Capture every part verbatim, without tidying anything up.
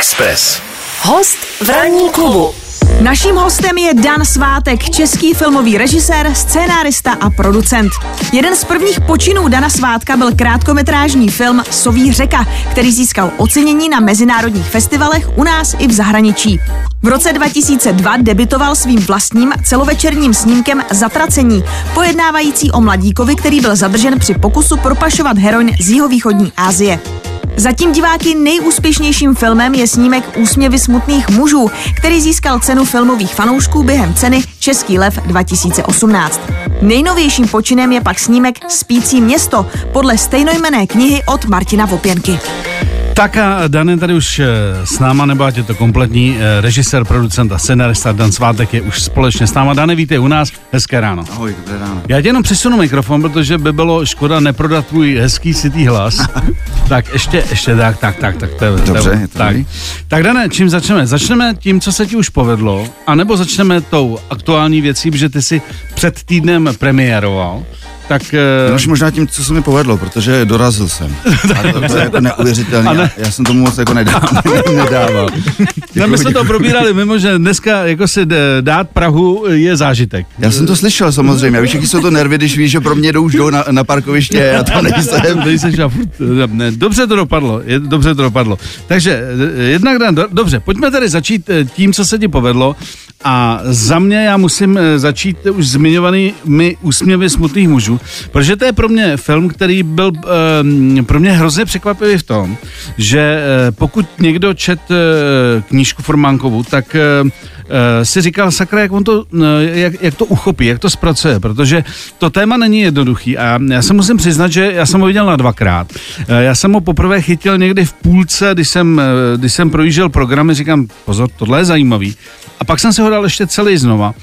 Express. Host v ranní klubu. Naším hostem je Dan Svátek, český filmový režisér, scénárista a producent. Jeden z prvních počinů Dana Svátka byl krátkometrážní film Soví řeka, který získal ocenění na mezinárodních festivalech u nás i v zahraničí. V roce dva tisíce dva debutoval svým vlastním celovečerním snímkem Zatracení, pojednávající o mladíkovi, který byl zadržen při pokusu propašovat heroin z jihovýchodní Asie. Zatím diváky nejúspěšnějším filmem je snímek Úsměvy smutných mužů, který získal cenu filmových fanoušků během ceny Český lev dva tisíce osmnáct. Nejnovějším počinem je pak snímek Spící město podle stejnojmenné knihy od Martina Vopěnky. Tak a Dan je tady už s náma, nebo ať je to kompletní, režisér, producent a scenarista Dan Svátek je už společně s náma. Dane, vítej u nás, hezké ráno. Ahoj, dobré ráno. Já tě jenom přesunu mikrofon, protože by bylo škoda neprodat tvůj hezký citý hlas. Tak ještě, ještě tak, tak, tak, tak. To je, Dobře, to je, je to tak. tak Dane, čím začneme? Začneme tím, co se ti už povedlo, anebo začneme tou aktuální věcí, protože ty si před týdnem premiéroval. Tak, no, možná tím, co se mi povedlo, protože dorazil jsem. A to, to je jako neuvěřitelné. Ne. Já jsem tomu moc jako nedával. nedával. No, my jsme to probírali, mimo, že dneska jako si dát Prahu je zážitek. Já jsem to slyšel samozřejmě. Já víš, jaký jsou to nervy, když víš, že pro mě jdou už jdou na, na parkoviště a to nejsem. nejseš a furt, ne, dobře to dopadlo, je, dobře to dopadlo. Takže jednak, do, dobře, pojďme tady začít tím, co se ti povedlo. A za mě já musím začít už zmiňovanými Úsměvy smutných mužů, protože to je pro mě film, který byl e, pro mě hrozně překvapivý v tom, že e, pokud někdo čet e, knížku Formánkovu, tak e, e, si říkal, sakra, jak on to, e, jak, jak to uchopí, jak to zpracuje, protože to téma není jednoduchý a já se musím přiznat, že já jsem ho viděl na dvakrát. E, já jsem ho poprvé chytil někdy v půlce, když jsem, e, když jsem projížděl programy, říkám, pozor, tohle je zajímavý. A pak jsem si ho dal ještě celý znova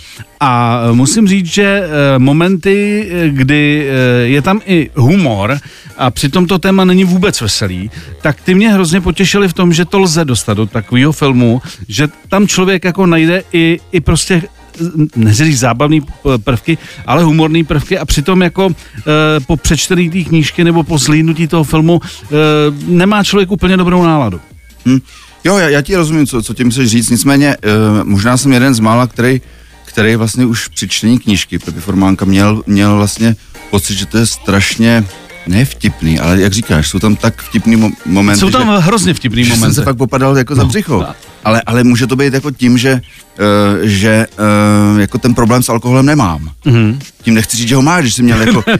a musím říct, že momenty, kdy je tam i humor a přitom to téma není vůbec veselý, tak ty mě hrozně potěšily v tom, že to lze dostat do takového filmu, že tam člověk jako najde i, i prostě neříct zábavný prvky, ale humorný prvky a přitom jako e, po přečtení té knížky nebo po zhlídnutí toho filmu e, nemá člověk úplně dobrou náladu. Hmm. Jo, já, já ti rozumím, co, co tím chceš říct, nicméně uh, možná jsem jeden z mála, který, který vlastně už při čtení knížky Pepi Formánka měl, měl vlastně pocit, že to je strašně nevtipný, ale jak říkáš, jsou tam tak vtipný mo- momenty, jsou tam že, hrozně vtipný že momenty. jsem se fakt popadal jako za břicho. Ale, ale může to být jako tím, že, uh, že uh, jako ten problém s alkoholem nemám. Mm-hmm. Tím nechci říct, že ho máš, když jsi měl jako...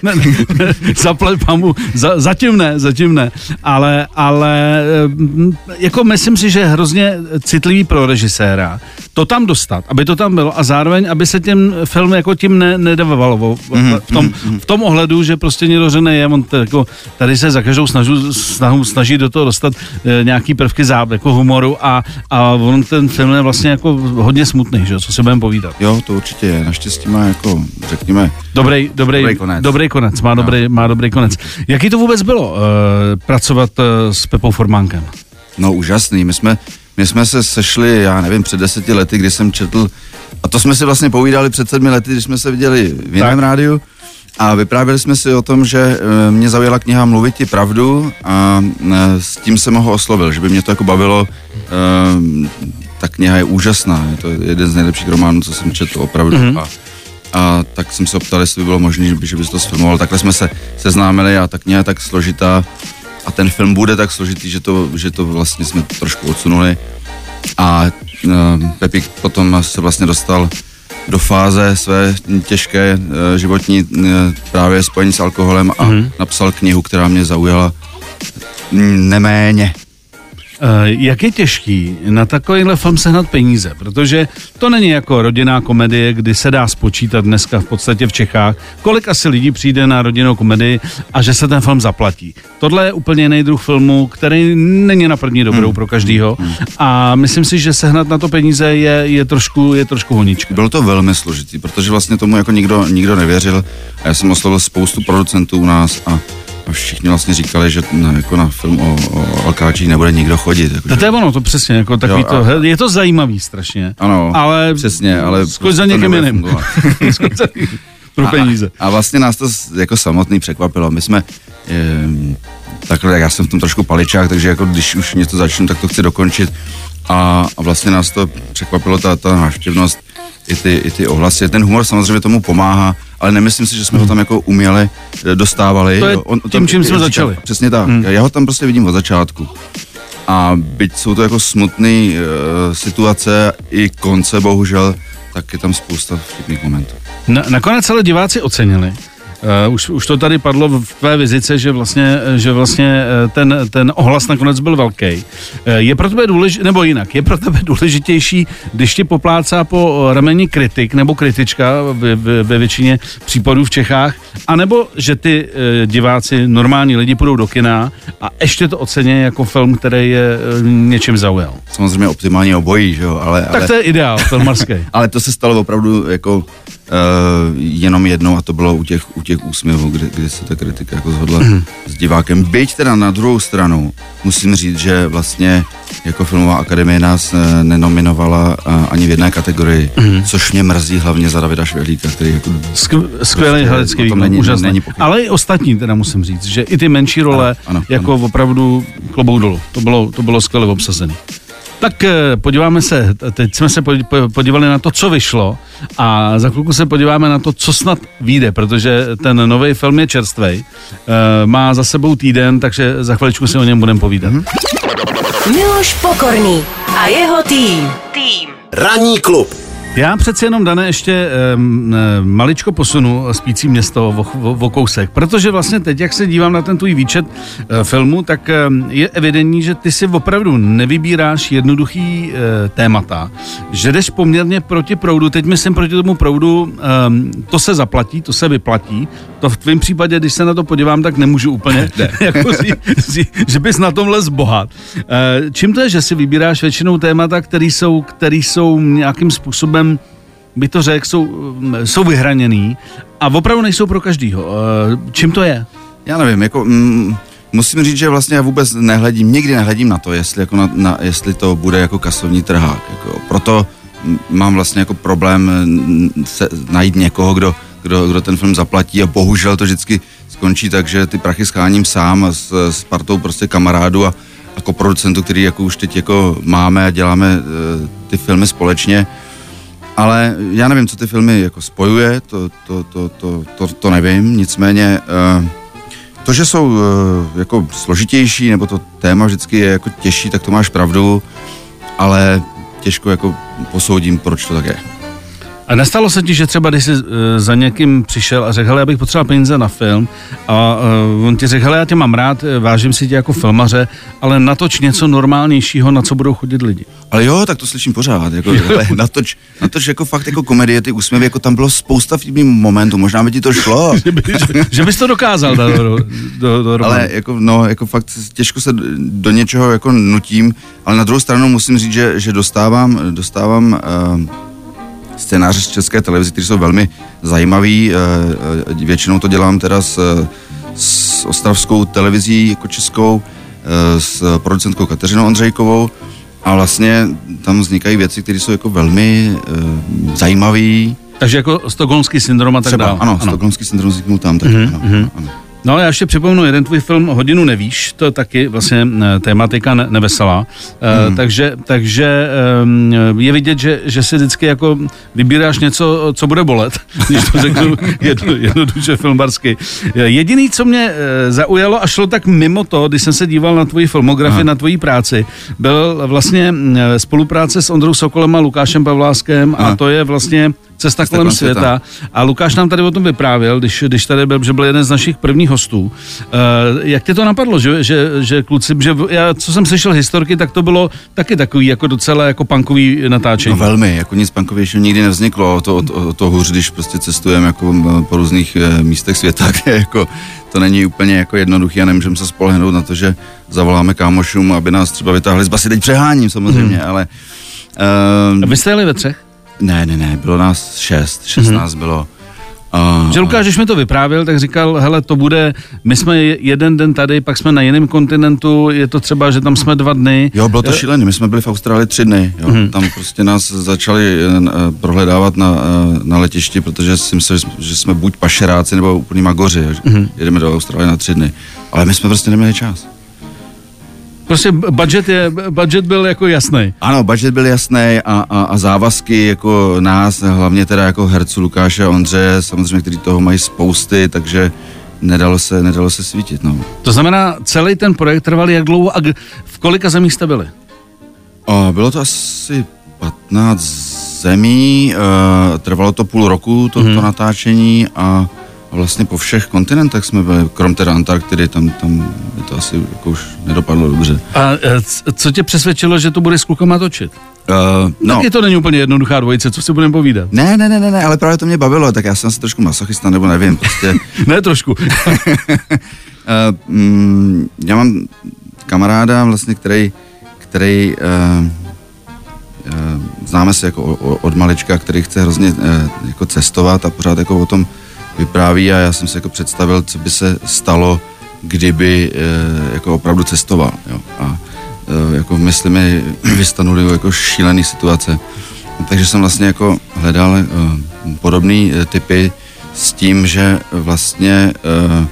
Zaplať pamu, za, zatím ne, zatím ne. Ale, ale jako myslím si, že je hrozně citlivý pro režiséra to tam dostat, aby to tam bylo a zároveň, aby se těm film jako tím ne, nedávalo mm-hmm. v, tom, mm-hmm. v tom ohledu, že prostě někdo že neje, on jako, tady se za každou snažu, snahu snaží do toho dostat e, nějaký prvky záb, jako humoru a, a on ten film je vlastně jako hodně smutný, že? Co si budeme povídat. Jo, to určitě je. Naštěstí má jako, řekněme, Dobrý, dobrý, dobrý konec. Dobrý konec, má, no. dobrý, má dobrý konec. Jaký to vůbec bylo uh, pracovat uh, s Pepou Formánkem? No úžasný, my jsme, my jsme se sešli, já nevím, před deseti lety, kdy jsem četl, a to jsme si vlastně povídali před sedmi lety, když jsme se viděli v jiném rádiu a vyprávěli jsme si o tom, že uh, mě zaujala kniha Mluvit ti pravdu a uh, s tím jsem ho oslovil, že by mě to jako bavilo. Uh, ta kniha je úžasná, je to jeden z nejlepších románů, co jsem četl opravdu. Mm-hmm. A A tak jsem se optal, jestli by bylo možné, že by, že by to sfilmoval. Takhle jsme se seznámili a ta kniha je tak složitá a ten film bude tak složitý, že to, že to vlastně jsme trošku odsunuli. A uh, Pepík potom se vlastně dostal do fáze své těžké uh, životní uh, právě spojení s alkoholem a mm-hmm. napsal knihu, která mě zaujala neméně. Jak je těžký na takovýhle film sehnat peníze, protože to není jako rodinná komedie, kdy se dá spočítat dneska v podstatě v Čechách, kolik asi lidí přijde na rodinnou komedii a že se ten film zaplatí. Tohle je úplně jiný druh filmu, který není na první dobrou hmm. pro každýho a myslím si, že sehnat na to peníze je, je trošku, je trošku honička. Bylo to velmi složitý, protože vlastně tomu jako nikdo, nikdo nevěřil a já jsem oslovil spoustu producentů u nás a A všichni vlastně říkali, že na, jako na film o, o alkáčích nebude nikdo chodit. Jako, to je ono, to přesně, jako takový jo, to, a... je to zajímavý strašně. Ano, ale přesně, ale... Skoč za někým jiným. Pro peníze. A, a vlastně nás to jako samotný překvapilo. My jsme, je, takhle, já jsem v tom trošku paličák, takže jako když už něco začnu, tak to chci dokončit. a, a vlastně nás to překvapilo, ta, ta návštěvnost, i ty, i ty ohlasy. Ten humor samozřejmě tomu pomáhá, ale nemyslím si, že jsme ho tam jako uměli, dostávali. To je on, tím, čím jsme začali. Přesně tak. Hmm. Já ho tam prostě vidím od začátku. A byť jsou to jako smutné uh, situace i konce, bohužel, tak je tam spousta vtipných momentů. Na, nakonec ale diváci ocenili. Uh, už, už to tady padlo v tvé vizice, že vlastně, že vlastně ten, ten ohlas nakonec byl velký. Uh, je pro tebe důležitý, nebo jinak, je pro tebe důležitější, když ti poplácá po rameni kritik nebo kritička ve, ve, ve většině případů v Čechách, anebo že ty uh, diváci, normální lidi půjdou do kina a ještě to ocení jako film, který je uh, něčím zaujal. Samozřejmě optimálně obojí, že jo, ale... Tak ale, to je ideál filmarský. Ale to se stalo opravdu jako Uh, jenom jednou a to bylo u těch, u těch úsměvů, kdy, kdy se ta kritika jako shodla mm. s divákem. Byť teda na druhou stranu musím říct, že vlastně jako Filmová akademie nás uh, nenominovala uh, ani v jedné kategorii, mm. což mě mrzí hlavně za Davida Švehlíka, který jako... Skv, skvělý herecký výkon, není, úžasný. Není ale i ostatní teda musím říct, že i ty menší role ano, ano, jako ano. Opravdu klobouk dolů. To bylo, to bylo skvěle obsazené. Tak podíváme se, teď jsme se podívali na to, co vyšlo a za chvilku se podíváme na to, co snad vyjde, protože ten nový film je čerstvej, má za sebou týden, takže za chviličku si o něm budeme povídat. Miloš Pokorný a jeho tým. Tým. Ranní klub. Já přeci jenom, Dané, ještě um, maličko posunu Spící město o, o, o kousek, protože vlastně teď, jak se dívám na ten tvůj výčet uh, filmu, tak um, je evidentní, že ty si opravdu nevybíráš jednoduchý uh, témata, že jdeš poměrně proti proudu, teď myslím proti tomu proudu, um, to se zaplatí, to se vyplatí, to v tvém případě, když se na to podívám, tak nemůžu úplně, jako si, si, že bys na tomhle zbohat. Uh, čím to je, že si vybíráš většinou témata, které jsou, který jsou nějakým způsobem, by to řekl, jsou, jsou vyhraněný a opravdu nejsou pro každýho. Čím to je? Já nevím, jako mm, musím říct, že vlastně já vůbec nehledím, nikdy nehledím na to, jestli, jako na, na, jestli to bude jako kasovní trhák. Jako. Proto mám vlastně jako problém se, najít někoho, kdo, kdo, kdo ten film zaplatí a bohužel to vždycky skončí tak, že ty prachy scháním sám s, s partou prostě kamarádů a, a koproducentů, který jako už teď jako máme a děláme uh, ty filmy společně. Ale já nevím, co ty filmy jako spojuje, to, to, to, to, to, to nevím, nicméně uh, to, že jsou uh, jako složitější, nebo to téma vždycky je jako těžší, tak to máš pravdu, ale těžko jako posoudím, proč to tak je. A nestalo se ti, že třeba když jsi uh, za někým přišel a řekl, hele, já bych potřeboval peníze na film a uh, on ti řekl, hele, já tě mám rád, vážím si tě jako filmaře, ale natoč něco normálnějšího, na co budou chodit lidi. Ale jo, tak to slyším pořád, jako, hele, natoč, natoč jako fakt jako komedie, ty úsměvy, jako tam bylo spousta vtipných momentů, možná by ti to šlo. že, by, že, že bys to dokázal do, do, do, do Ale jako, no, jako fakt těžko se do něčeho jako nutím, ale na druhou stranu musím říct, že, že dostávám, dostávám uh, scénáře z České televize, které jsou velmi zajímavý. Většinou to dělám teda s, s ostravskou televizí jako českou, s producentkou Kateřinou Ondřejkovou a vlastně tam vznikají věci, které jsou jako velmi zajímavé. Takže jako stockholmský syndrom a tak dále. Ano, ano. Stockholmský syndrom vzniknul tam. Tak, mm-hmm. ano, ano, ano. No já ještě připomenu jeden tvůj film Hodinu nevíš, to je taky vlastně tématika ne- neveselá, hmm. e, takže, takže e, je vidět, že, že si vždycky jako vybíráš něco, co bude bolet, když to řeknu jedno, jednoduše filmarsky. Jediný, co mě e, zaujalo a šlo tak mimo to, když jsem se díval na tvoji filmografii, Aha. na tvoji práci, byl vlastně spolupráce s Ondrou Sokolem a Lukášem Pavláskem Aha. a to je vlastně Cesta kolem světa. světa. A Lukáš nám tady o tom vyprávěl, když, když tady byl, že byl jeden z našich prvních hostů. Uh, jak tě to napadlo, že, že, že kluci, že já, co jsem slyšel historky, tak to bylo taky takový jako docela jako punkový natáčení. No velmi, jako nic punkovějšího nikdy nevzniklo, to, to, to hůř, když prostě cestujeme jako po různých uh, místech světa, kde jako to není úplně jako jednoduchý a nemůžeme se spolehnout na to, že zavoláme kámošům, aby nás třeba vytáhli z basy, teď přeháním samozřejmě, hmm. ale... Uh, a vy jste jeli ve třech? Ne, ne, ne, bylo nás šest, šest mm-hmm. nás bylo. Uh, že Lukáš, když mi to vyprávěl, tak říkal, hele, to bude, my jsme jeden den tady, pak jsme na jiném kontinentu, je to třeba, že tam jsme dva dny. Jo, bylo to šílené, my jsme byli v Austrálii tři dny, jo. Mm-hmm. Tam prostě nás začali uh, prohledávat na, uh, na letišti, protože si mysleli, že jsme buď pašeráci, nebo úplný magoři, mm-hmm. jedeme do Austrálie na tři dny, ale my jsme prostě neměli čas. Prostě budget, je, budget byl jako jasný. Ano, budget byl jasný a, a, a závazky jako nás, hlavně teda jako herců Lukáše a Ondřeje, samozřejmě, kteří toho mají spousty, takže nedalo se, nedalo se svítit, no. To znamená, celý ten projekt trval jak dlouho a v kolika zemích jste byli? O, bylo to asi patnáct zemí, uh, trvalo to půl roku, to, hmm. to natáčení a vlastně po všech kontinentech jsme byli, krom teda Antarktidy, tam, tam by to asi jako už nedopadlo dobře. A co tě přesvědčilo, že to bude s klukama točit? Uh, no. Taky to není úplně jednoduchá dvojice, co si budeme povídat? Ne, ne, ne, ne, ale právě to mě bavilo, tak já jsem si trošku masochista, nebo nevím, prostě. Ne, trošku. uh, mm, já mám kamaráda vlastně, který, který uh, uh, známe se jako o, o, od malička, který chce hrozně uh, jako cestovat a pořád jako o tom vypráví a já jsem si jako představil, co by se stalo, kdyby uh, jako opravdu cestoval, jo, a jako mysli mi vystanuly jako šílený situace. Takže jsem vlastně jako hledal uh, podobný uh, typy s tím, že vlastně uh,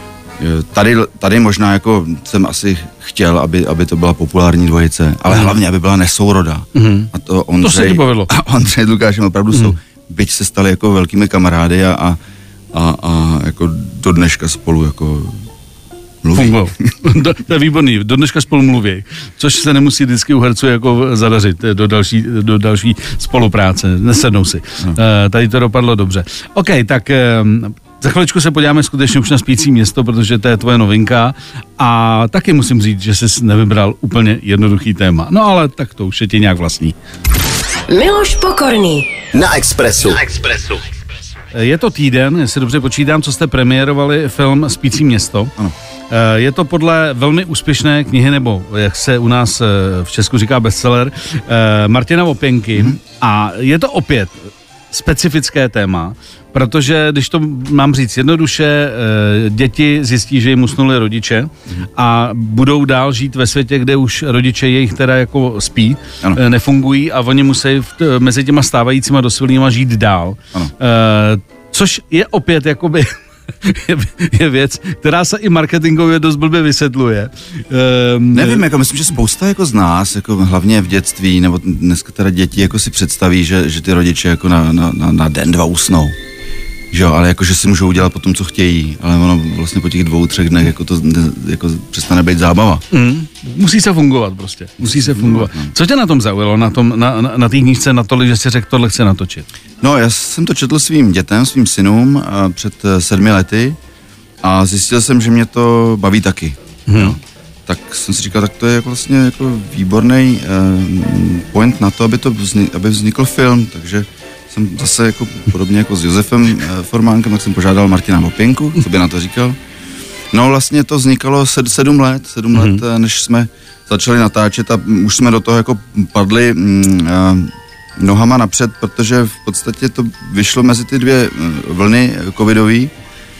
tady, tady možná jako jsem asi chtěl, aby, aby to byla populární dvojice, ale mm. hlavně, aby byla nesourodá. Mm. A to Ondřej, to se ti povedlo. A Ondřej s Lukášem opravdu mm. jsou, byť se stali jako velkými kamarády a, a, a, a jako do dneška spolu jako fungoval. To je výborný, do dneška spolu mluví, což se nemusí vždycky u herců jako zadařit do další, do další spolupráce, nesednou si. No. Uh, tady to dopadlo dobře. OK, tak uh, za chviličku se podíváme skutečně už na Spící město, protože to je tvoje novinka a taky musím říct, že jsi nevybral úplně jednoduchý téma. No ale tak to už je ti nějak vlastní. Miloš Pokorný. Na Expressu. Na Expressu. Je to týden, jestli dobře počítám, co jste premiérovali film Spící město. Ano. Je to podle velmi úspěšné knihy, nebo jak se u nás v Česku říká bestseller, Martina Opěnky. Mm-hmm. A je to opět specifické téma, protože, když to mám říct jednoduše, děti zjistí, že jim usnuli rodiče mm-hmm. a budou dál žít ve světě, kde už rodiče jejich teda jako spí, ano. nefungují a oni musí v, mezi těma stávajícíma dospělýma žít dál. Ano. Což je opět jakoby je, je věc, která se i marketingově dost blbě vysvětluje. Um, Nevím, jako myslím, že spousta jako z nás, jako hlavně v dětství, nebo dneska teda děti jako si představí, že, že ty rodiče jako na, na, na den, dva usnou. Že jo, ale jako, že si můžou udělat potom, co chtějí, ale ono vlastně po těch dvou, třech dnech jako to jako přestane být zábava. Mm, musí se fungovat prostě, musí se fungovat. Co tě na tom zaujalo, na tom, na, na, na té knížce natolik, že jsi řekl, tohle chce natočit? No, já jsem to četl svým dětem, svým synům a před sedmi lety a zjistil jsem, že mě to baví taky. Hmm. Jo. Tak jsem si říkal, tak to je jako vlastně jako výborný eh, point na to, aby to vzni, aby vznikl film, takže jsem zase jako podobně jako s Josefem eh, Formánkem, tak jsem požádal Martina Opěnku, co by na to říkal. No vlastně to vznikalo sed, sedm let, sedm hmm. let, než jsme začali natáčet a už jsme do toho jako padli mm, eh, nohama napřed, protože v podstatě to vyšlo mezi ty dvě vlny covidový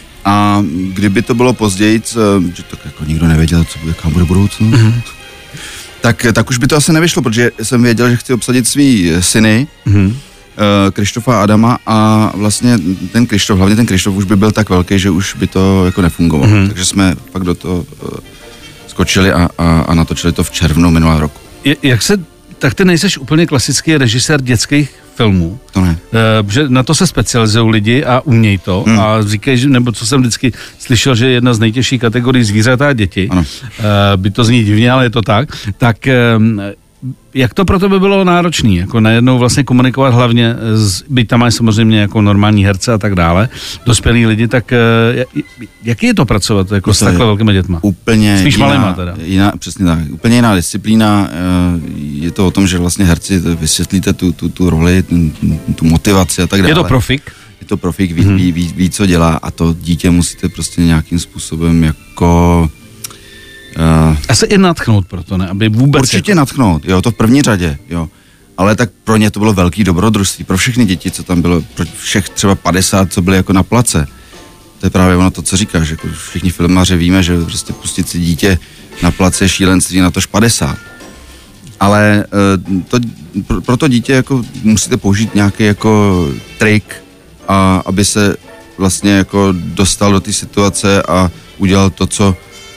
a kdyby to bylo později, že tak jako nikdo nevěděl, co bude, jaká bude budoucnost, mm-hmm. tak, tak už by to asi nevyšlo, protože jsem věděl, že chci obsadit svý syny, mm-hmm. Krištofa a Adama a vlastně ten Krištof, hlavně ten Krištof už by byl tak velký, že už by to jako nefungovalo. Mm-hmm. Takže jsme pak do toho skočili a, a, a natočili to v červnu minulého roku. Je, jak se Tak ty nejseš úplně klasický režisér dětských filmů. To ne. Uh, že na to se specializují lidi a umějí to. Hmm. A říkají, nebo co jsem vždycky slyšel, že jedna z nejtěžších kategorií zvířata a děti. Ano. Uh, by to zní divně, ale je to tak. Tak uh, jak to pro tebe bylo náročné? Jako najednou vlastně komunikovat hlavně, s, byť tam mají samozřejmě jako normální herce a tak dále, dospělí lidi, tak uh, jaký je to pracovat jako to s takhle velkými dětma? Úplně Spíš jiná, malýma teda. Jiná, přesně tak. Úplně jiná disciplína. Je to o tom, že vlastně herci vysvětlíte tu, tu, tu roli, tu, tu motivaci a tak dále. Je to profik? Je to profik, ví, hmm. ví, ví, ví, co dělá a to dítě musíte prostě nějakým způsobem jako... Uh, a se i natchnout proto, ne? Aby vůbec... Určitě jako... natchnout, jo, to v první řadě, jo. Ale tak pro ně to bylo velký dobrodružství, pro všechny děti, co tam bylo, pro všech třeba padesát, co byly jako na place. To je právě ono to, co říkáš, jako všichni filmaři víme, že prostě pustit si dítě na place je šílenství, na tož padesát. Ale uh, to, pro, pro to dítě jako musíte použít nějaký jako trik, a aby se vlastně jako dostal do té situace a udělal to, co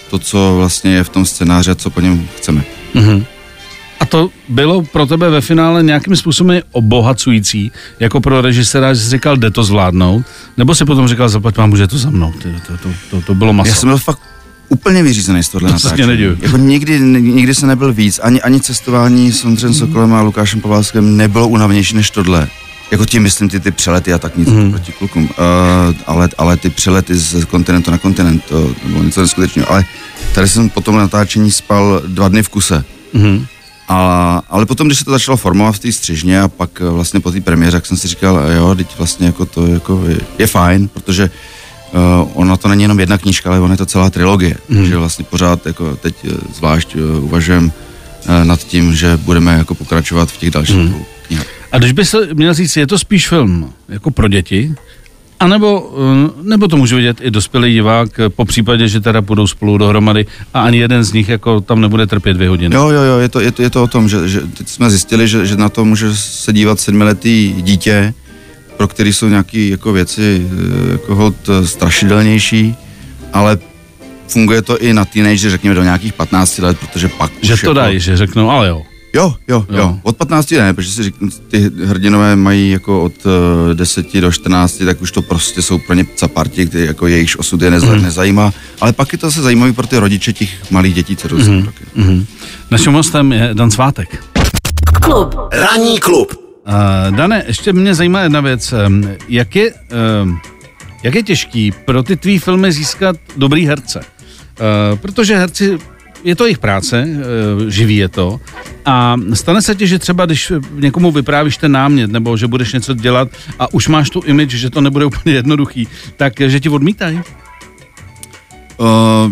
to, co vlastně je v tom scénáři a co po něm chceme. Mm-hmm. A to bylo pro tebe ve finále nějakým způsobem obohacující, jako pro režiséra, že jsi říkal, jde to zvládnout, nebo si potom říkal, zaplať mám, že to za mnou, to, to, to, to, to bylo maso. Já jsem byl fakt úplně vyřízený z tohle natáčení. Jako nikdy, nikdy se nebyl víc, ani, ani cestování s Ondřejem Sokolem a Lukášem Pavláskem nebylo unavenější než tohle. Jako tím myslím ty, ty přelety a tak nic mm. proti klukům, uh, ale, ale ty přelety z kontinentu na kontinent, to bylo něco neskutečného. Ale tady jsem po tom natáčení spal dva dny v kuse. Mm. A, ale potom, když se to začalo formovat v té střižně a pak vlastně po té premiéře, tak jsem si říkal, jo, teď vlastně jako to jako je, je fajn, protože uh, ona to není jenom jedna knížka, ale ona je to celá trilogie. Mm. Takže vlastně pořád jako teď zvlášť uh, uvažujem uh, nad tím, že budeme jako pokračovat v těch dalších mm. knihách. A když bys měl říct, je to spíš film jako pro děti, anebo nebo to může vidět i dospělý divák, po případě, že teda půjdou spolu dohromady a ani jeden z nich jako tam nebude trpět dvě hodiny. Jo, jo, jo, je to, je to, je to o tom, že, že teď jsme zjistili, že, že na to může se dívat sedmiletý dítě, pro který jsou nějaké jako věci jako hod strašidelnější, ale funguje to i na teenagery, řekněme do nějakých patnácti let, protože pak že už to jako... dají, že řeknou, ale jo. Jo, jo, jo, jo. Od patnácti ne, protože si říkám, ty hrdinové mají jako od uh, deseti do čtrnácti, tak už to prostě jsou pro ně caparti, který jako jejichž osud je neza, mm. nezajímá, ale pak je to zase zajímavý pro ty rodiče těch malých dětí, co dostanou mm. taky. Mm. Naším hostem je Dan Svátek. Klub. Ranní klub. Uh, Dane, ještě mě zajímá jedna věc, jak je, uh, jak je těžký pro ty tvý filmy získat dobrý herce, uh, protože herci je to jejich práce, živí je to a stane se ti, že třeba když někomu vyprávíš ten námět nebo že budeš něco dělat a už máš tu image, že to nebude úplně jednoduchý, tak že ti odmítají? Uh,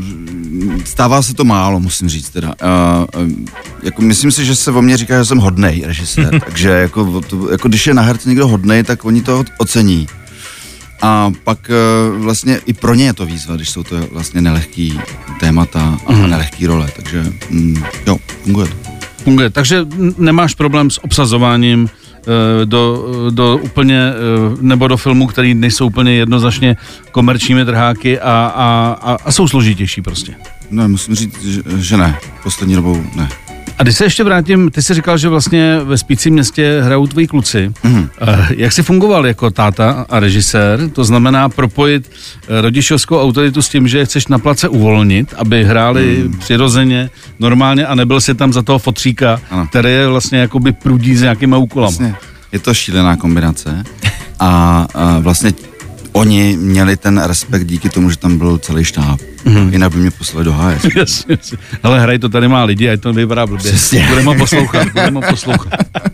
stává se to málo, musím říct teda. Uh, uh, jako myslím si, že se o mě říká, že jsem hodnej režisér, takže jako, to, jako když je na herci někdo hodnej, tak oni to ocení. A pak vlastně i pro ně je to výzva, když jsou to vlastně nelehký témata a mm. nelehký role, takže mm, jo, funguje to. Funguje, takže nemáš problém s obsazováním do, do úplně, nebo do filmů, který nejsou úplně jednoznačně komerčními trháky a, a, a, a jsou složitější prostě. No, musím říct, že, že ne, poslední dobou ne. A když se ještě vrátím, ty jsi říkal, že vlastně ve Spícím městě hrajou tvoji kluci. Mm. Jak jsi fungoval jako táta a režisér? To znamená propojit rodičovskou autoritu s tím, že chceš na place uvolnit, aby hráli mm. přirozeně, normálně a nebyl si tam za toho fotříka, ano. který je vlastně jakoby prudí s nějakýma úkolama. Vlastně, je to šílená kombinace a, a vlastně oni měli ten respekt díky tomu, že tam byl celý štáb. Mm-hmm. Jinak by mě poslali do háje. Jasně, jasně. Hele, hraj to tady má lidi, ať to vypadá blbě. Budeme ho poslouchat, budeme ho poslouchat.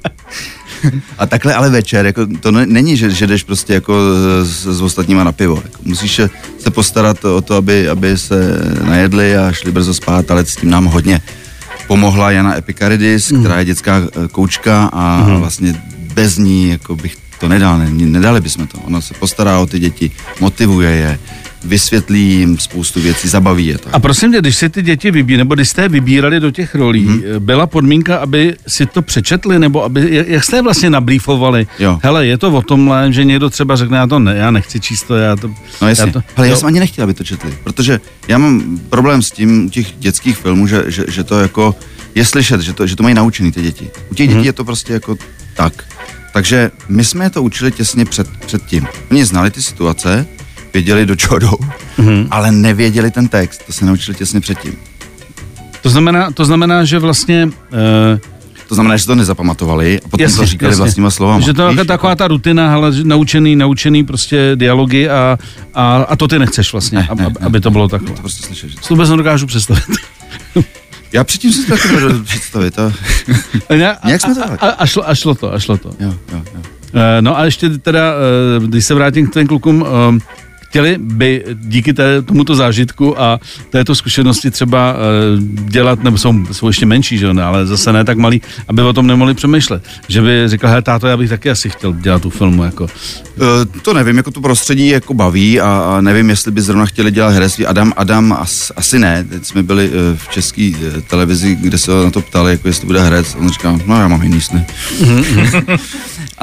A takhle ale večer, jako to není, že, že jdeš prostě jako s, s ostatníma na pivo. Jako musíš se postarat o to, aby, aby se najedli a šli brzo spát, ale s tím nám hodně pomohla Jana Epikaridis, mm. která je dětská koučka a mm. vlastně bez ní jako bych to nedal, ne, nedali bychom to. Ona se postará o ty děti, motivuje je, vysvětlí jim spoustu věcí, zabaví je to. A prosím tě, když si ty děti vybírali, nebo když jste je vybírali do těch rolí, hmm. byla podmínka, aby si to přečetli, nebo aby, jak jste je vlastně nabrýfovali? Jo. Hele, je to o tomhle, že někdo třeba řekne, já to ne, já nechci číst to, já to... No jasně, já to, hele, já jsem ani nechtěl, aby to četli, protože já mám problém s tím u těch dětských filmů, že, že, že to jako je slyšet, že to, že to mají naučený ty děti. U těch dětí hmm. je to prostě jako tak. Takže my jsme je to učili těsně před, před tím. Oni znali ty situace, věděli, do čeho jdou, mm-hmm. ale nevěděli ten text. To se naučili těsně předtím. To znamená, to znamená, že vlastně... Uh, to znamená, že to nezapamatovali a potom jasně, to říkali jasně. vlastníma slovama. Že to je taková ta rutina, ale naučený, naučený prostě dialogy a, a, a to ty nechceš vlastně, ne, ne, aby ne, to bylo takhle. To prostě slyšet. Že... To vůbec nedokážu představit. Já předtím si to taky nedokážu představit. A... a, Nějak jsme to a, a, šlo, a šlo to, a šlo to. Jo, jo, jo. No a ještě teda, když se vrátím k tvým klukům, chtěli by díky té, tomuto zážitku a této zkušenosti třeba dělat, nebo jsou, jsou ještě menší, že? Ale zase ne tak malí, aby o tom nemohli přemýšlet. Že by říkal, hele táto, já bych taky asi chtěl dělat tu filmu. Jako. Uh, to nevím, jako to prostředí jako baví a, a nevím, jestli by zrovna chtěli dělat herectví. Adam, Adam as, asi ne. Teď jsme byli uh, v české uh, televizi, kde se na to ptali, jako jestli bude herec. On říkal, no já mám jiný sny. A,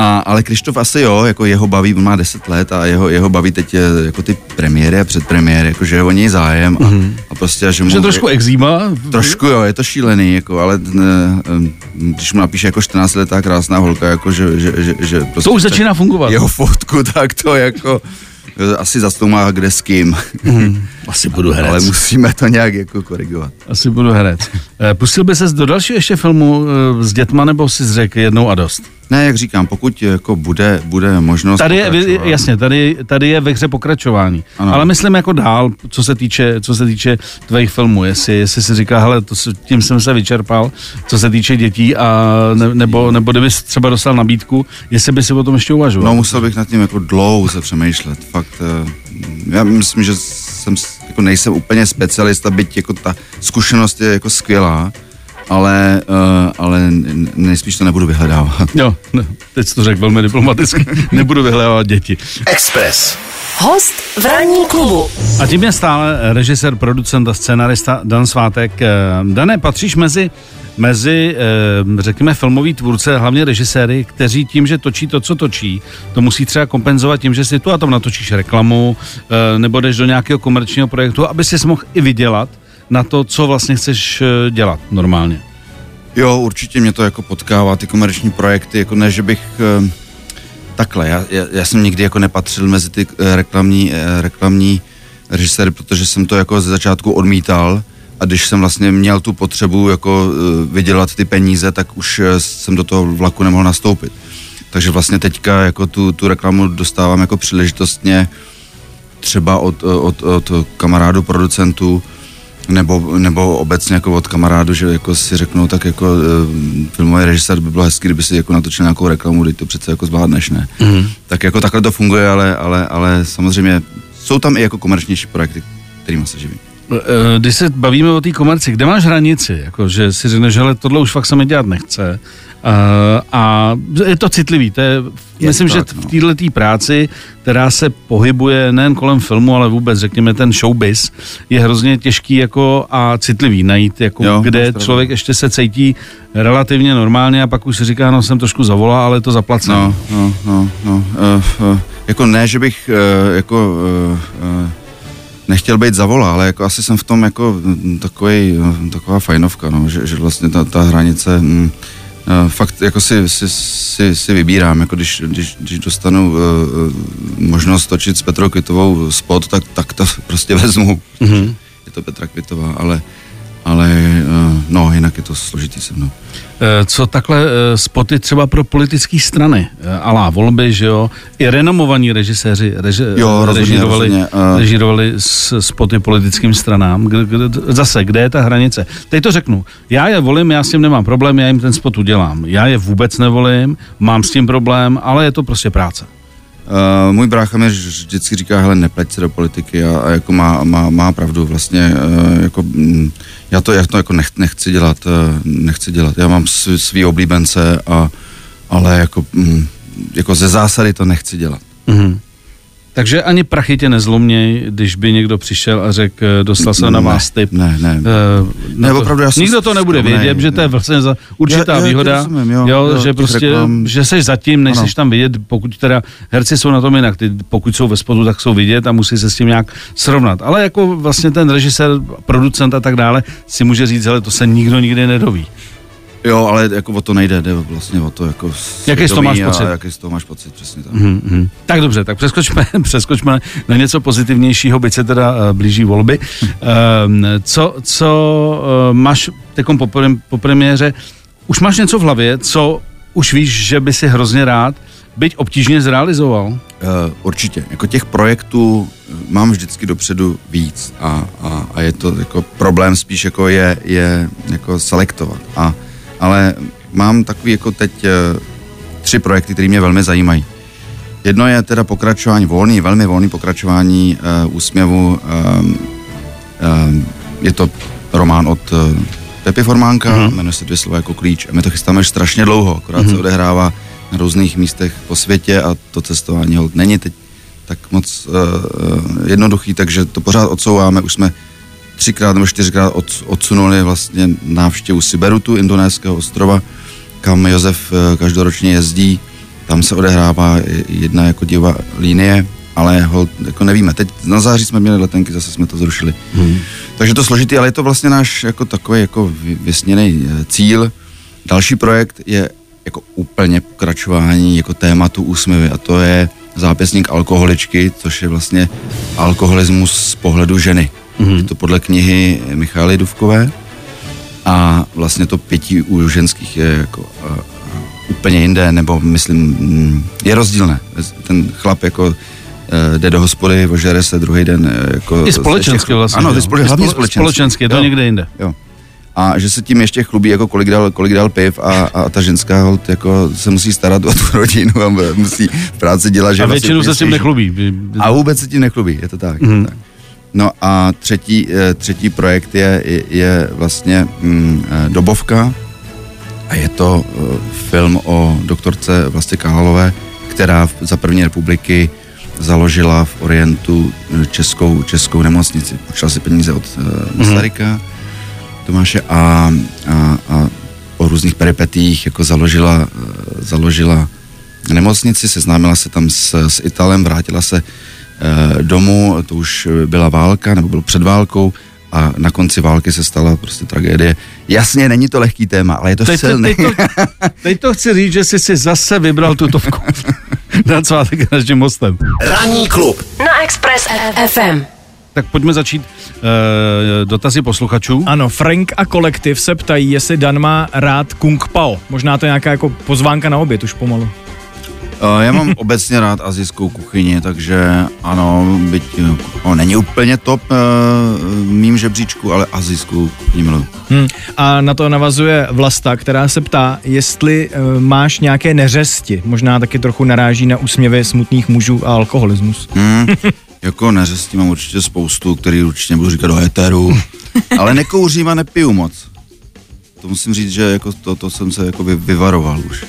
A, ale Krištof asi jo, jako jeho baví, on má deset let a jeho, jeho baví teď je, jako ty premiéry a předpremiéry, jako že je o něj zájem a, mm. a prostě, že mu... Že trošku exíma? Trošku jo, je to šílený, jako, ale ne, když mu napíše jako čtrnáctiletá krásná holka, jako že... že, že, že prostě to už začíná fungovat. Jeho fotku, tak to jako... Asi za to má kde s kým. Mm, asi budu herec. Ale musíme to nějak jako korigovat. Asi budu herec. Pustil by ses do dalšího ještě filmu s dětma, nebo si řekl jednou a dost? Ne, jak říkám, pokud jako bude, bude možnost tady je, jasně, tady, tady je ve hře pokračování. Ano. Ale myslím jako dál, co se týče, co se týče tvých filmů, jestli, jestli si říká, hele, to, tím jsem se vyčerpal, co se týče dětí, a ne, nebo, nebo kdybys třeba dostal nabídku, jestli by si o tom ještě uvažoval. No, musel bych nad tím jako dlouho přemýšlet. Fakt, já myslím, že jsem, jako nejsem úplně specialista, byť jako ta zkušenost je jako skvělá, ale, uh, ale nejspíš to nebudu vyhledávat. Jo, no, teď jsi to řekl velmi diplomaticky. Nebudu vyhledávat děti. Express. Host v ranní klubu. A tím je stále režisér, producent a scenarista Dan Svátek. Dané, patříš mezi, mezi řekněme, filmový tvůrce, hlavně režiséry, kteří tím, že točí to, co točí, to musí třeba kompenzovat tím, že si tu a tam natočíš reklamu, nebo jdeš do nějakého komerčního projektu, aby si mohl i vydělat na to, co vlastně chceš dělat normálně. Jo, určitě mě to jako potkává, ty komerční projekty, jako ne, že bych eh, takhle, já, já, já jsem nikdy jako nepatřil mezi ty eh, reklamní, eh, reklamní režiséry, protože jsem to jako ze začátku odmítal a když jsem vlastně měl tu potřebu jako eh, vydělat ty peníze, tak už eh, jsem do toho vlaku nemohl nastoupit. Takže vlastně teďka jako tu, tu reklamu dostávám jako příležitostně třeba od, od, od kamarádů producentů, Nebo, nebo obecně jako od kamarádu, že jako si řeknou, tak jako uh, filmový režisér by bylo hezký, kdyby si jako natočil nějakou reklamu, teď to přece jako zvládneš, ne? Mm. Tak jako takhle to funguje, ale, ale, ale samozřejmě jsou tam i jako komerčnější projekty, kterými se živí. Když se bavíme o té komerci, kde máš hranici? Jako, že si řekneš, že tohle už fakt se mi dělat nechce. Uh, a je to citlivý. To je, je myslím, tak, že v této práci, která se pohybuje nejen kolem filmu, ale vůbec, řekněme, ten showbiz, je hrozně těžký jako a citlivý najít, jako, jo, kde člověk ještě se cítí relativně normálně a pak už si říká, no jsem trošku zavolá, ale to zaplaceno. No, no, no, no. Uh, uh, jako ne, že bych uh, jako... Uh, uh, nechtěl být zavola, ale jako asi jsem v tom jako takovej, taková fajnovka, no, že, že vlastně ta, ta hranice mm, fakt jako si, si, si, si vybírám, jako když, když, když dostanu uh, možnost točit s Petrou Kvitovou spot, tak, tak to prostě vezmu. Mm-hmm. Je to Petra Kvitová, ale, ale uh, no, jinak je to složitý se mnou. Co takhle spoty třeba pro politické strany, alá volby, že jo, i renomovaní režiséři reži, jo, rozhodně, režírovali, rozhodně, uh... režírovali spoty politickým stranám. Kde, kde, zase, kde je ta hranice? Teď to řeknu, já je volím, já s tím nemám problém, já jim ten spot udělám. Já je vůbec nevolím, mám s tím problém, ale je to prostě práce. Uh, můj brácha mi vždycky říká, hele, nepleť se do politiky a, a jako má, má, má pravdu vlastně, uh, jako, mm, já to, já to jako nech, nechci dělat, uh, nechci dělat, já mám svý, svý oblíbence, a, ale jako, mm, jako ze zásady to nechci dělat. Mm-hmm. Takže ani prachy tě nezloměj, když by někdo přišel a řekl, dostal se ne, na vás tip. Ne, ne. Uh, ne to, opravdu, já nikdo to nebude ne, vědět, ne, že to je vlastně za určitá já, výhoda, já rozumím, jo, jo, jo, že prostě, reklam... že seš zatím, než seš tam vidět, pokud teda herci jsou na tom jinak, ty, pokud jsou ve spotu, tak jsou vidět a musí se s tím nějak srovnat. Ale jako vlastně ten režisér, producent a tak dále si může říct, hele, to se nikdo nikdy nedoví. Jo, ale jako o to nejde, jde vlastně o to jako... Jaký z toho máš pocit? Jaký z toho máš pocit, přesně tak. Mm-hmm. Tak dobře, tak přeskočme, přeskočme na něco pozitivnějšího, byť se teda uh, blíží volby. Uh, co co uh, máš teďkom po, po premiéře, už máš něco v hlavě, co už víš, že by si hrozně rád, byť obtížně zrealizoval? Uh, určitě, jako těch projektů mám vždycky dopředu víc a, a, a je to jako problém spíš jako je, je jako selektovat a ale mám takový jako teď uh, tři projekty, které mě velmi zajímají. Jedno je teda pokračování volný, velmi volný pokračování uh, Úsměvu. Um, um, je to román od uh, Pepy Formánka, uh-huh. jmenuje se Dvě slova jako klíč. A my to chystáme už strašně dlouho, akorát uh-huh. se odehrává na různých místech po světě a to cestování holt není teď tak moc uh, jednoduchý, takže to pořád odsouváme. Už jsme třikrát nebo čtyřikrát od, odsunuli vlastně návštěvu Siberutu, indonéského ostrova, kam Josef každoročně jezdí tam se odehrává jedna jako divá linie, ale ho, jako nevíme. Teď na září jsme měli letenky, zase jsme to zrušili. Hmm. Takže to složitý, ale je to vlastně náš jako takový jako vysněný cíl. Další projekt je jako úplně pokračování jako tématu úsměvy a to je zápisník alkoholičky, což je vlastně alkoholismus z pohledu ženy. Hmm. Je to podle knihy Michaely Dufkové a vlastně to pití u ženských je jako uh, úplně jinde, nebo myslím, je rozdílné. Ten chlap jako jde do hospody, ožere se druhý den. Jako I společensky vlastně. Ano, ty spole, hlavně společensky. Společensky, je to jo. Někde jinde. Jo. A že se tím ještě chlubí, jako kolik dal, kolik dal piv a, a ta ženská holt jako se musí starat o tu rodinu a musí v práci dělat. Že a většinou vlastně se s tím nechlubí. A vůbec se tím nechlubí, je to tak. Mm. Je to tak. No a třetí, třetí projekt je, je, je vlastně mm, Dobovka a je to uh, film o doktorce Vlastě Kahalové, která za první republiky založila v Orientu českou, českou nemocnici. Počala si peníze od uh, Masaryka, mm-hmm. Tomáše a, a, a po různých peripetích jako založila, uh, založila nemocnici, seznámila se tam s, s Italem, vrátila se uh, domů, to už byla válka, nebo bylo před válkou a na konci války se stala prostě tragédie. Jasně, není to lehký téma, ale je to teď silný. Teď to, teď to chci říct, že jsi si zase vybral tutovku nad svátek naším mostem. Ranní klub na Express ef em. Tak pojďme začít uh, dotazy posluchačů. Ano, Frank a kolektiv se ptají, jestli Dan má rád Kung Pao. Možná to je nějaká jako pozvánka na oběd už pomalu. Uh, já mám obecně rád asijskou kuchyni, takže ano, byť no, není úplně top uh, mým žebříčku, ale asijskou kuchyni miluji. Hmm. A na to navazuje Vlasta, která se ptá, jestli uh, máš nějaké neřesti. Možná taky trochu naráží na úsměvy smutných mužů a alkoholismus. Hmm. Jako neřesti mám určitě spoustu, který určitě nebudu říkat do éteru, ale nekouřím a nepiju moc. To musím říct, že jako to, to jsem se jako vy, vyvaroval už.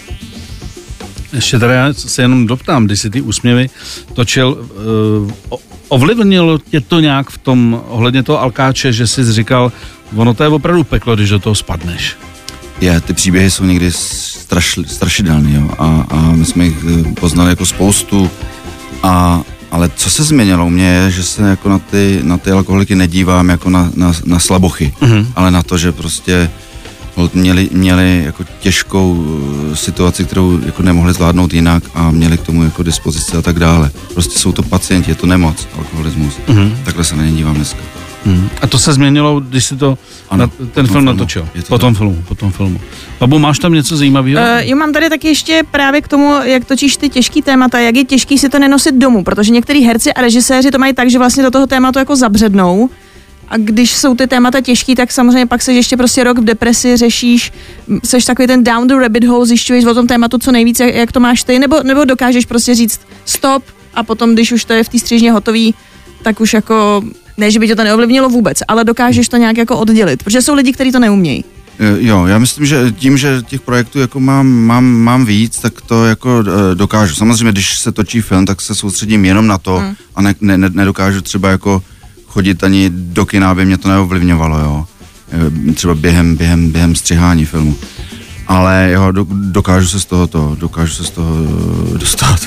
Ještě tady já se jenom doptám, když si ty úsměvy točil, uh, ovlivnilo tě to nějak v tom ohledně toho alkáče, že jsi říkal, ono to je opravdu peklo, když do toho spadneš. Je, ty příběhy jsou někdy straš, strašidelný, jo, a, a my jsme jich poznali jako spoustu, a, ale co se změnilo u mě je, že se jako na ty, na ty alkoholiky nedívám jako na, na, na slabochy, mm-hmm. ale na to, že prostě Měli, měli jako těžkou situaci, kterou jako nemohli zvládnout jinak a měli k tomu jako dispozici a tak dále. Prostě jsou to pacienti, je to nemoc, alkoholismus. Mm-hmm. Takhle se na ně dívám dneska. Mm-hmm. A to se změnilo, když jsi to ano, na, ten film filmu. natočil? To po tom filmu, po tom filmu. Babu, máš tam něco zajímavého? Uh, jo, mám tady taky ještě právě k tomu, jak točíš ty těžký témata, jak je těžký si to nenosit domů, protože některý herci a režiséři to mají tak, že vlastně do toho tématu jako zabřednou. A když jsou ty témata těžký, tak samozřejmě pak seš ještě prostě rok v depresi, řešíš, seš takový ten down the rabbit hole, zjišťuješ o tom tématu co nejvíc, jak, jak to máš ty, nebo, nebo dokážeš prostě říct stop a potom, když už to je v té střížně hotový, tak už jako, ne, že by tě to neovlivnilo vůbec, ale dokážeš to nějak jako oddělit, protože jsou lidi, kteří to neumějí. Jo, já myslím, že tím, že těch projektů jako mám, mám, mám víc, tak to jako dokážu. Samozřejmě, když se točí film, tak se soustředím jenom na to hmm. a ne, ne, nedokážu třeba jako chodit ani do kina, aby mě to neovlivňovalo, jo. Třeba během, během, během střihání filmu. Ale jo, do, dokážu se z toho to, dokážu se z toho dostat.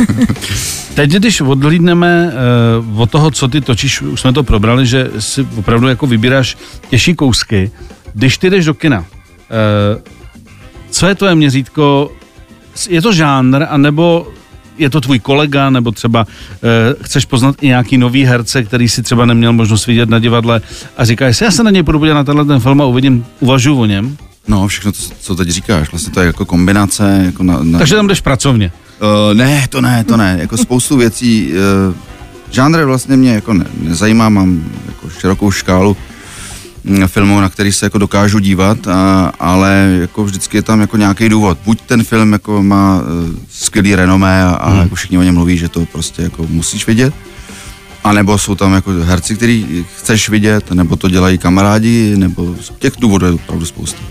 Teď, když odhlídneme uh, od toho, co ty točíš, už jsme to probrali, že si opravdu jako vybíráš těžší kousky. Když ty jdeš do kina, uh, co je tvoje měřítko? Je to žánr, anebo je to tvůj kolega, nebo třeba uh, chceš poznat i nějaký nový herce, který si třeba neměl možnost vidět na divadle a říkáš si, já se na něj budu podívat na tenhle ten film a uvidím, uvažuji o něm? No, všechno, to, co teď říkáš, vlastně to je jako kombinace. Jako na, na... Takže tam jdeš pracovně? Uh, ne, to ne, to ne, jako spoustu věcí. Uh, žánr vlastně mě jako ne, nezajímá, mám jako širokou škálu filmů, na který se jako dokážu dívat, a, ale jako vždycky je tam jako nějaký důvod. Buď ten film jako má uh, skvělý renomé a, a hmm. jako všichni o něm mluví, že to prostě jako musíš vidět, a nebo jsou tam jako herci, který chceš vidět, nebo to dělají kamarádi, nebo těch důvodů je opravdu spousta.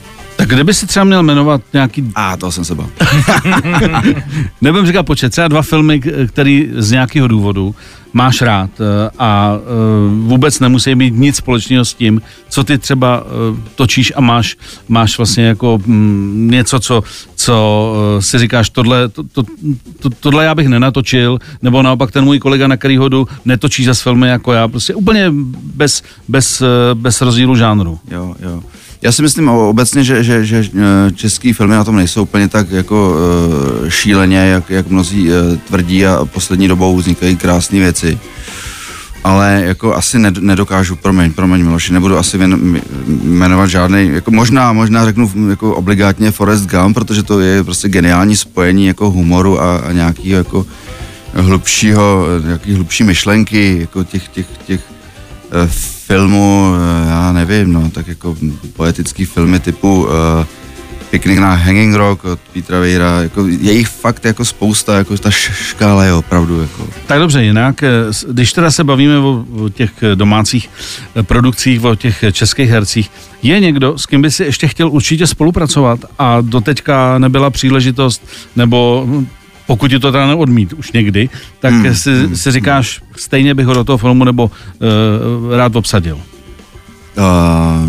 Tak kdyby si třeba měl jmenovat nějaký... A, toho jsem se bál. Nebudem říkat počet, třeba dva filmy, který z nějakého důvodu máš rád a vůbec nemusí mít nic společného s tím, co ty třeba točíš a máš, máš vlastně jako něco, co, co si říkáš, tohle, to, to, to, tohle já bych nenatočil, nebo naopak ten můj kolega, na kterýho jdu, netočí zas filmy jako já, prostě úplně bez, bez, bez rozdílu žánru. Jo, jo. Já si myslím obecně, že, že, že český filmy na tom nejsou úplně tak jako uh, šíleně, jak, jak mnozí uh, tvrdí a poslední dobou vznikají krásné věci. Ale jako asi nedokážu, promiň, promiň Miloši, nebudu asi jmenovat žádnej, jako možná, možná řeknu jako obligátně Forrest Gump, protože to je prostě geniální spojení jako humoru a, a nějaký jako hlubšího, nějaký hlubší myšlenky, jako těch, těch, těch uh, filmu, já nevím, no, tak jako poetický filmy typu uh, Piknik na Hanging Rock od Petra Weira, jako je jich fakt jako spousta, jako ta škála je opravdu jako. Tak dobře, jinak, když teda se bavíme o, o těch domácích produkcích, o těch českých hercích, je někdo, s kým by si ještě chtěl určitě spolupracovat a doteďka nebyla příležitost, nebo pokud ti to teda neodmít už někdy, tak hmm, si, hmm, si říkáš, stejně bych ho do toho filmu nebo uh, rád obsadil. Uh,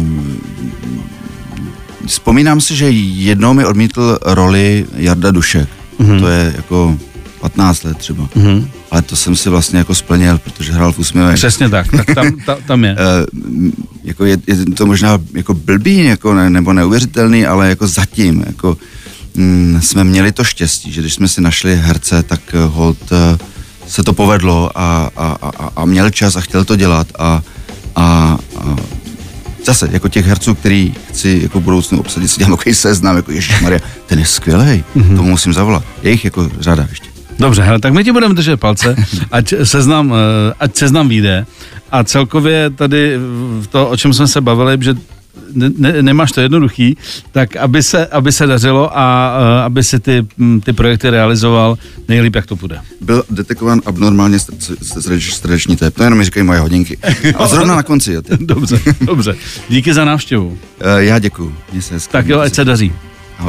vzpomínám si, že jednou mi odmítl roli Jarda Dušek. Hmm. To je jako patnáct let třeba. Hmm. Ale to jsem si vlastně jako splnil, protože hrál v Úsměvech. Přesně tak, tak tam, ta, tam je. Uh, jako je, je to možná jako blbý, jako ne, nebo neuvěřitelný, ale jako zatím, jako Mm, jsme měli to štěstí, že když jsme si našli herce, tak uh, hold uh, se to povedlo a, a, a, a měl čas a chtěl to dělat a, a, a zase jako těch herců, který chci jako budoucnu obsadit, si dělám takový seznam, jako ježišmarja, ten je skvělej, mm-hmm. tomu musím zavolat. Je jich jako řada ještě. Dobře, hele, tak my ti budeme držet palce, ať seznam, ať seznam vyjde a celkově tady to, o čem jsme se bavili, že Ne, nemáš to jednoduchý, tak aby se, aby se dařilo a uh, aby si ty, ty projekty realizoval nejlíp, jak to půjde. Byl detekován abnormálně srdeční tep, to jenom mi říkají moje hodinky. A zrovna na konci. Jo, dobře, dobře. Díky za návštěvu. Uh, já děkuju. Tak jo, ať se daří. Ahoj.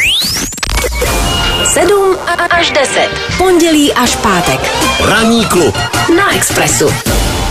sedm až deset. Pondělí až pátek. Ranní klub na Expressu.